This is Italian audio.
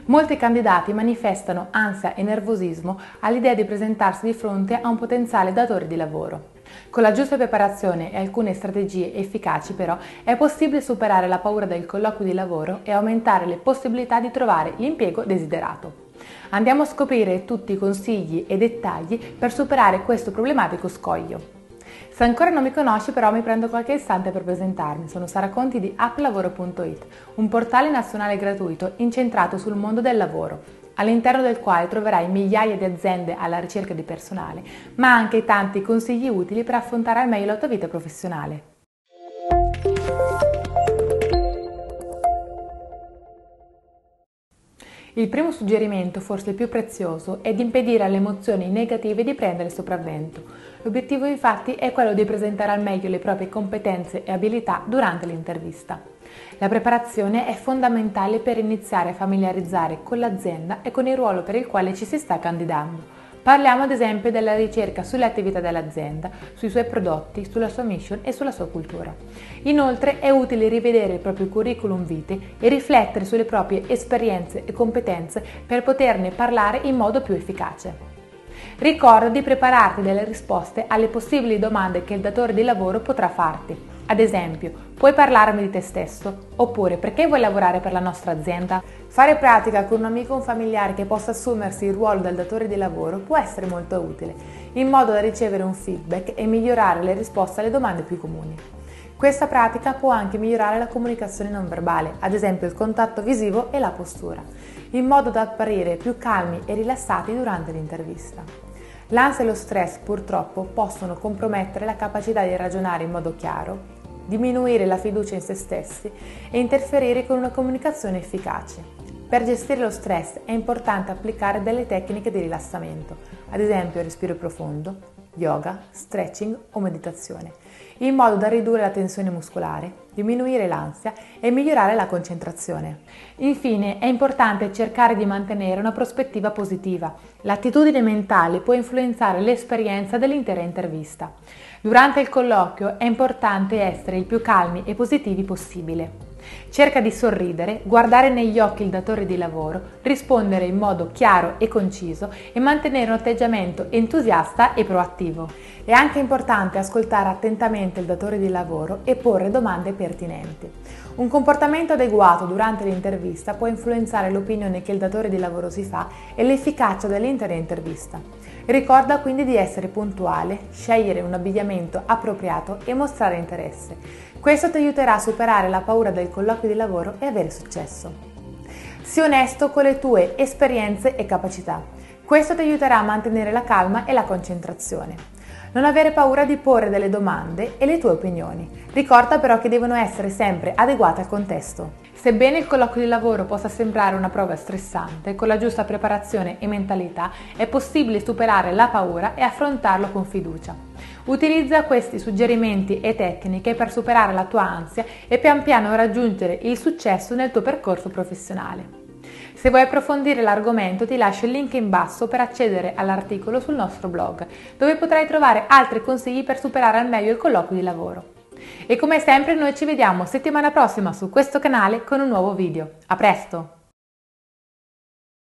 Molti candidati manifestano ansia e nervosismo all'idea di presentarsi di fronte a un potenziale datore di lavoro. Con la giusta preparazione e alcune strategie efficaci però è possibile superare la paura del colloquio di lavoro e aumentare le possibilità di trovare l'impiego desiderato. Andiamo a scoprire tutti i consigli e dettagli per superare questo problematico scoglio. Se ancora non mi conosci però mi prendo qualche istante per presentarmi. Sono Sara Conti di applavoro.it, un portale nazionale gratuito incentrato sul mondo del lavoro, all'interno del quale troverai migliaia di aziende alla ricerca di personale, ma anche tanti consigli utili per affrontare al meglio la tua vita professionale. Il primo suggerimento, forse il più prezioso, è di impedire alle emozioni negative di prendere il sopravvento. L'obiettivo infatti è quello di presentare al meglio le proprie competenze e abilità durante l'intervista. La preparazione è fondamentale per iniziare a familiarizzare con l'azienda e con il ruolo per il quale ci si sta candidando. Parliamo ad esempio della ricerca sulle attività dell'azienda, sui suoi prodotti, sulla sua mission e sulla sua cultura. Inoltre è utile rivedere il proprio curriculum vitae e riflettere sulle proprie esperienze e competenze per poterne parlare in modo più efficace. Ricorda di prepararti delle risposte alle possibili domande che il datore di lavoro potrà farti. Ad esempio, puoi parlarmi di te stesso? Oppure, perché vuoi lavorare per la nostra azienda? Fare pratica con un amico o un familiare che possa assumersi il ruolo del datore di lavoro può essere molto utile, in modo da ricevere un feedback e migliorare le risposte alle domande più comuni. Questa pratica può anche migliorare la comunicazione non verbale, ad esempio il contatto visivo e la postura, in modo da apparire più calmi e rilassati durante l'intervista. L'ansia e lo stress purtroppo possono compromettere la capacità di ragionare in modo chiaro, diminuire la fiducia in se stessi e interferire con una comunicazione efficace. Per gestire lo stress è importante applicare delle tecniche di rilassamento, ad esempio respiro profondo, yoga, stretching o meditazione, in modo da ridurre la tensione muscolare, diminuire l'ansia e migliorare la concentrazione. Infine, è importante cercare di mantenere una prospettiva positiva. L'attitudine mentale può influenzare l'esperienza dell'intera intervista. Durante il colloquio è importante essere il più calmi e positivi possibile. Cerca di sorridere, guardare negli occhi il datore di lavoro, rispondere in modo chiaro e conciso e mantenere un atteggiamento entusiasta e proattivo. È anche importante ascoltare attentamente il datore di lavoro e porre domande pertinenti. Un comportamento adeguato durante l'intervista può influenzare l'opinione che il datore di lavoro si fa e l'efficacia dell'intera intervista. Ricorda quindi di essere puntuale, scegliere un abbigliamento appropriato e mostrare interesse. Questo ti aiuterà a superare la paura del colloquio di lavoro e avere successo. Sii onesto con le tue esperienze e capacità. Questo ti aiuterà a mantenere la calma e la concentrazione. Non avere paura di porre delle domande e le tue opinioni. Ricorda però che devono essere sempre adeguate al contesto. Sebbene il colloquio di lavoro possa sembrare una prova stressante, con la giusta preparazione e mentalità è possibile superare la paura e affrontarlo con fiducia. Utilizza questi suggerimenti e tecniche per superare la tua ansia e pian piano raggiungere il successo nel tuo percorso professionale. Se vuoi approfondire l'argomento ti lascio il link in basso per accedere all'articolo sul nostro blog, dove potrai trovare altri consigli per superare al meglio il colloquio di lavoro. E come sempre noi ci vediamo settimana prossima su questo canale con un nuovo video. A presto!